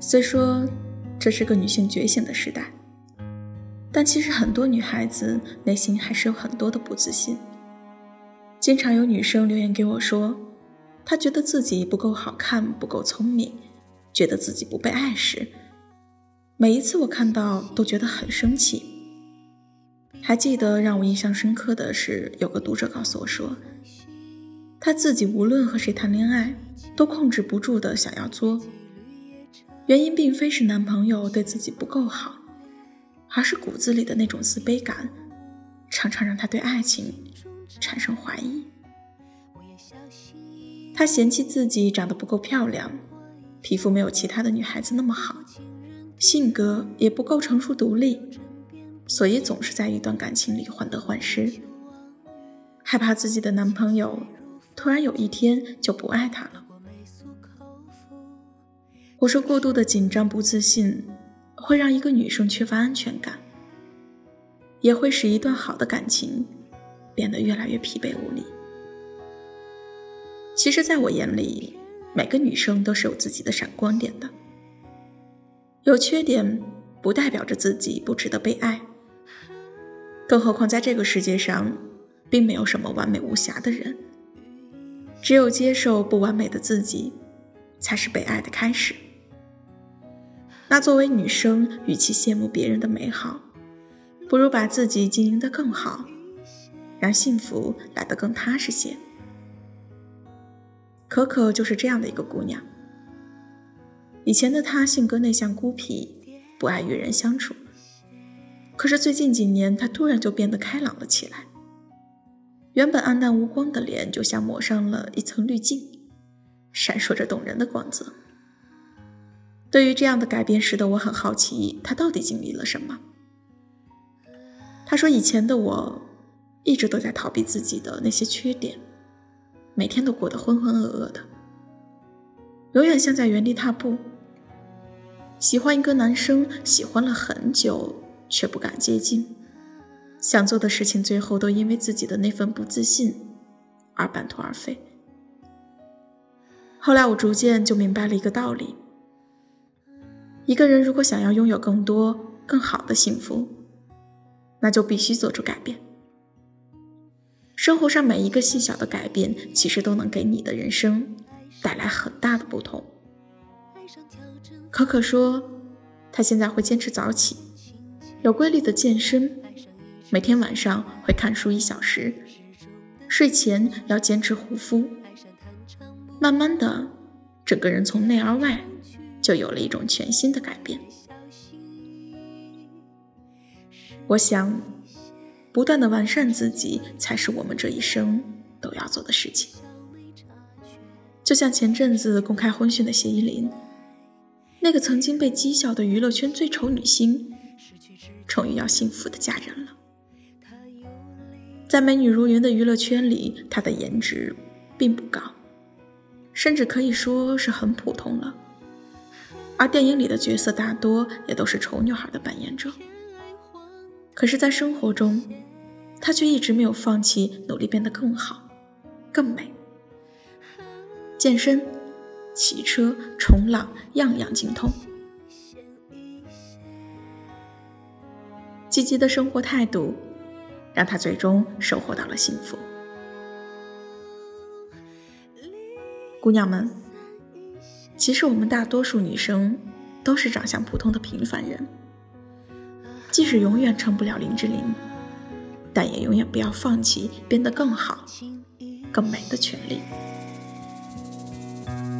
虽说这是个女性觉醒的时代，但其实很多女孩子内心还是有很多的不自信。经常有女生留言给我说，她觉得自己不够好看，不够聪明，觉得自己不被爱时，每一次我看到都觉得很生气。还记得让我印象深刻的是，有个读者告诉我说，她自己无论和谁谈恋爱都控制不住的想要作，原因并非是男朋友对自己不够好，而是骨子里的那种自卑感常常让她对爱情产生怀疑。她嫌弃自己长得不够漂亮，皮肤没有其他的女孩子那么好，性格也不够成熟独立，所以总是在一段感情里患得患失，害怕自己的男朋友突然有一天就不爱她了。我说过度的紧张不自信会让一个女生缺乏安全感，也会使一段好的感情变得越来越疲惫无力。其实在我眼里，每个女生都是有自己的闪光点的，有缺点不代表着自己不值得被爱，更何况在这个世界上并没有什么完美无瑕的人，只有接受不完美的自己才是被爱的开始。那作为女生，与其羡慕别人的美好，不如把自己经营得更好，让幸福来得更踏实些。可可就是这样的一个姑娘，以前的她性格内向孤僻，不爱与人相处，可是最近几年她突然就变得开朗了起来，原本暗淡无光的脸就像抹上了一层滤镜，闪烁着动人的光泽。对于这样的改变使得我很好奇，她到底经历了什么。她说，以前的我一直都在逃避自己的那些缺点，每天都过得浑浑噩噩的，永远像在原地踏步。喜欢一个男生，喜欢了很久，却不敢接近，想做的事情最后都因为自己的那份不自信而半途而废。后来我逐渐就明白了一个道理，一个人如果想要拥有更多更好的幸福，那就必须做出改变。生活上每一个细小的改变，其实都能给你的人生带来很大的不同。可可说，她现在会坚持早起，有规律的健身，每天晚上会看书1小时，睡前要坚持护肤。慢慢的，整个人从内而外就有了一种全新的改变。我想，不断的完善自己才是我们这一生都要做的事情。就像前阵子公开婚讯的谢依霖，那个曾经被讥笑的娱乐圈最丑女星，终于要幸福的嫁人了。在美女如云的娱乐圈里，她的颜值并不高，甚至可以说是很普通了，而电影里的角色大多也都是丑女孩的扮演者。可是在生活中，她却一直没有放弃努力变得更好更美。健身、骑车、冲浪，样样精通。积极的生活态度让她最终收获到了幸福。姑娘们，其实我们大多数女生都是长相普通的平凡人，即使永远成不了林志玲，但也永远不要放弃变得更好更美的权利。